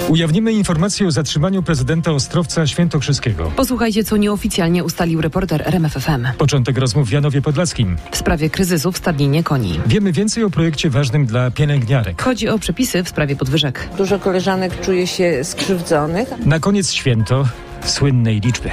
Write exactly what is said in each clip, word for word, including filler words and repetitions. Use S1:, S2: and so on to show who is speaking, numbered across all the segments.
S1: Ujawnimy informację o zatrzymaniu prezydenta Ostrowca Świętokrzyskiego.
S2: Posłuchajcie, co nieoficjalnie ustalił reporter R M F F M.
S1: Początek rozmów w Janowie Podlaskim.
S2: W sprawie kryzysu w stadninie koni.
S1: Wiemy więcej o projekcie ważnym dla pielęgniarek.
S2: Chodzi o przepisy w sprawie podwyżek.
S3: Dużo koleżanek czuje się skrzywdzonych.
S1: Na koniec święto słynnej liczby.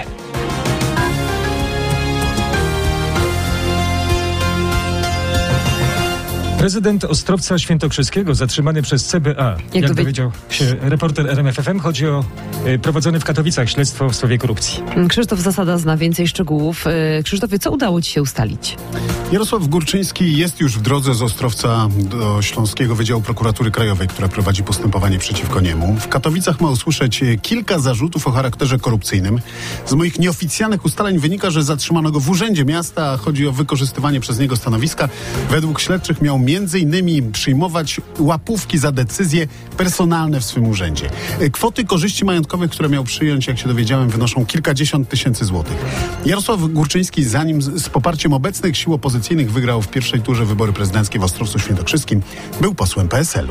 S1: Prezydent Ostrowca Świętokrzyskiego zatrzymany przez C B A. Jak, Jak dowiedział się reporter R M F F M, chodzi o y, prowadzone w Katowicach śledztwo w sprawie korupcji.
S2: Krzysztof Zasada zna więcej szczegółów. Y, Krzysztofie, co udało ci się ustalić?
S4: Jarosław Górczyński jest już w drodze z Ostrowca do Śląskiego Wydziału Prokuratury Krajowej, która prowadzi postępowanie przeciwko niemu. W Katowicach ma usłyszeć kilka zarzutów o charakterze korupcyjnym. Z moich nieoficjalnych ustaleń wynika, że zatrzymano go w urzędzie miasta, a chodzi o wykorzystywanie przez niego stanowiska. Według śledczych miał między innymi przyjmować łapówki za decyzje personalne w swym urzędzie. Kwoty korzyści majątkowych, które miał przyjąć, jak się dowiedziałem, wynoszą kilkadziesiąt tysięcy złotych. Jarosław Górczyński, zanim z, z poparciem obecnych sił opozycyjnych wygrał w pierwszej turze wybory prezydenckie w Ostrowcu Świętokrzyskim, był posłem P S L u.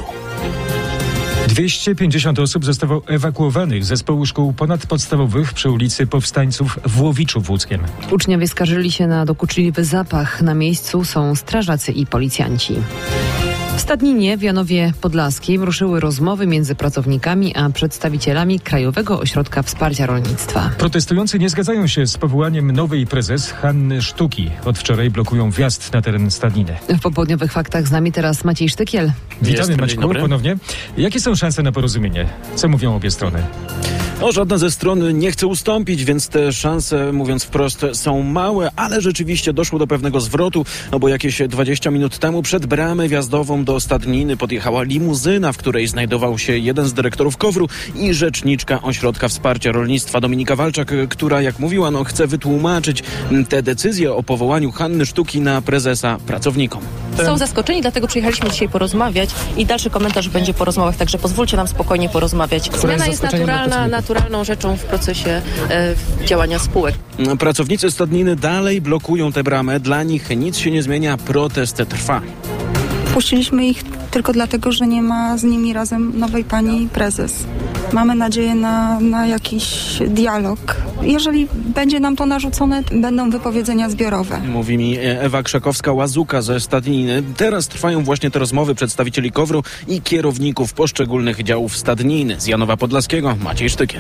S1: dwieście pięćdziesiąt osób zostało ewakuowanych z zespołu szkół ponadpodstawowych przy ulicy Powstańców w Łowiczu w Łódzkiem.
S2: Uczniowie skarżyli się na dokuczliwy zapach. Na miejscu są strażacy i policjanci. W Stadninie w Janowie Podlaskim ruszyły rozmowy między pracownikami a przedstawicielami Krajowego Ośrodka Wsparcia Rolnictwa.
S1: Protestujący nie zgadzają się z powołaniem nowej prezes Hanny Sztuki. Od wczoraj blokują wjazd na teren Stadniny.
S2: W popołudniowych faktach z nami teraz Maciej Sztykiel.
S1: Witamy, Maćku, ponownie. Jakie są szanse na porozumienie? Co mówią obie strony?
S5: No, żadna ze stron nie chce ustąpić, więc te szanse, mówiąc wprost, są małe, ale rzeczywiście doszło do pewnego zwrotu, no bo jakieś dwadzieścia minut temu przed bramę wjazdową do Stadniny podjechała limuzyna, w której znajdował się jeden z dyrektorów KOWR-u i rzeczniczka Ośrodka Wsparcia Rolnictwa Dominika Walczak, która, jak mówiła, no, chce wytłumaczyć te decyzje o powołaniu Hanny Sztuki na prezesa pracownikom.
S6: Są zaskoczeni, dlatego przyjechaliśmy dzisiaj porozmawiać i dalszy komentarz będzie po rozmowach, także pozwólcie nam spokojnie porozmawiać. Zmiana jest naturalna, naturalną rzeczą w procesie e, działania spółek.
S5: Pracownicy Stadniny dalej blokują tę bramę, dla nich nic się nie zmienia, protest trwa.
S7: Puściliśmy ich tylko dlatego, że nie ma z nimi razem nowej pani prezes. Mamy nadzieję na, na jakiś dialog. Jeżeli będzie nam to narzucone, będą wypowiedzenia zbiorowe.
S5: Mówi mi Ewa Krzakowska-Łazuka ze Stadniny. Teraz trwają właśnie te rozmowy przedstawicieli KOWR-u i kierowników poszczególnych działów Stadniny. Z Janowa Podlaskiego Maciej Sztykiel.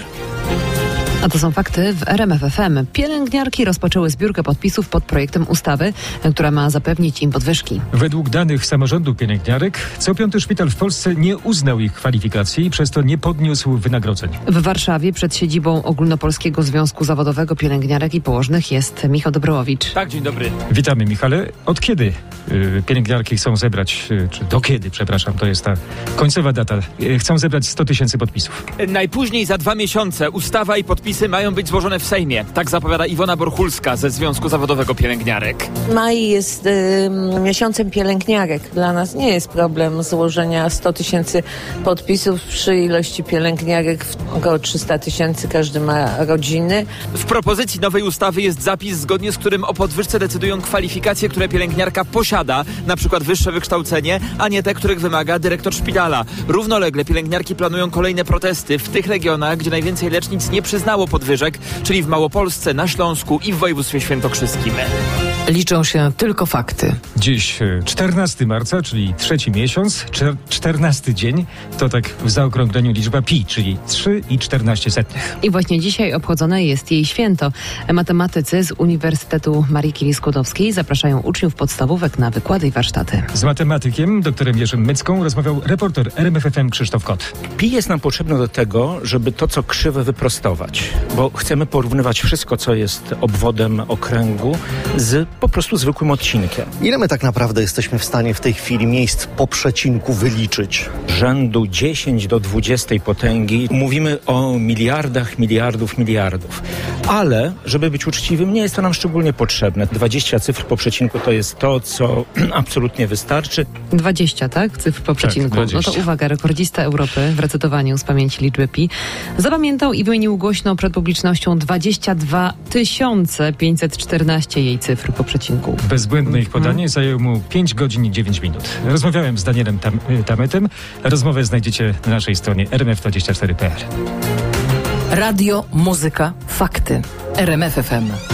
S2: A to są fakty w R M F F M. Pielęgniarki rozpoczęły zbiórkę podpisów pod projektem ustawy, która ma zapewnić im podwyżki.
S1: Według danych samorządu pielęgniarek, co piąty szpital w Polsce nie uznał ich kwalifikacji i przez to nie podniósł wynagrodzeń.
S2: W Warszawie przed siedzibą Ogólnopolskiego Związku Zawodowego Pielęgniarek i Położnych jest Michał Dobrowicz.
S8: Tak, dzień dobry.
S1: Witamy, Michale. Od kiedy y, pielęgniarki chcą zebrać, y, czy do kiedy, przepraszam, to jest ta końcowa data, y, chcą zebrać sto tysięcy podpisów?
S8: Najpóźniej za dwa miesiące ustawa i podpisy mają być złożone w Sejmie. Tak zapowiada Iwona Borchulska ze Związku Zawodowego Pielęgniarek.
S3: Maj jest y, miesiącem pielęgniarek. Dla nas nie jest problem złożenia sto tysięcy podpisów przy ilości pielęgniarek w około trzysta tysięcy. Każdy ma rodziny.
S8: W propozycji nowej ustawy jest zapis, zgodnie z którym o podwyżce decydują kwalifikacje, które pielęgniarka posiada, na przykład wyższe wykształcenie, a nie te, których wymaga dyrektor szpitala. Równolegle pielęgniarki planują kolejne protesty w tych regionach, gdzie najwięcej lecznic nie przyznało podwyżek, czyli w Małopolsce, na Śląsku i w województwie świętokrzyskim.
S2: Liczą się tylko fakty.
S1: Dziś czternastego marca, czyli trzeci miesiąc, czternasty dzień, to tak w zaokrągleniu liczba pi, czyli trzy i czternaście setnych.
S2: I właśnie dzisiaj obchodzone jest jej święto. Matematycy z Uniwersytetu Marii Curie-Skłodowskiej zapraszają uczniów podstawówek na wykłady i warsztaty.
S1: Z matematykiem, doktorem Jerzym Mycką, rozmawiał reporter R M F F M Krzysztof Kot.
S9: Pi jest nam potrzebne do tego, żeby to, co krzywe, wyprostować, bo chcemy porównywać wszystko, co jest obwodem okręgu z po prostu zwykłym odcinkiem.
S10: Ile my tak naprawdę jesteśmy w stanie w tej chwili miejsc po przecinku wyliczyć?
S9: Rzędu dziesięć do dwudziestej potęgi. Mówimy o miliardach, miliardów, miliardów. Ale, żeby być uczciwym, nie jest to nam szczególnie potrzebne. dwadzieścia cyfr po przecinku to jest to, co absolutnie wystarczy.
S2: dwadzieścia, tak? Cyfr po przecinku.
S1: Tak,
S2: no to uwaga, rekordzista Europy w recytowaniu z pamięci liczby pi zapamiętał i wymienił głośno ogłoszono przed publicznością dwadzieścia dwa tysiące pięćset czternaście jej cyfr po przecinku.
S1: Bezbłędne ich podanie zajęło mu pięć godzin i dziewięć minut. Rozmawiałem z Danielem Tam- Tametem. Rozmowę znajdziecie na naszej stronie r m f dwadzieścia cztery kropka p l.
S11: Radio, muzyka, fakty. R M F F M.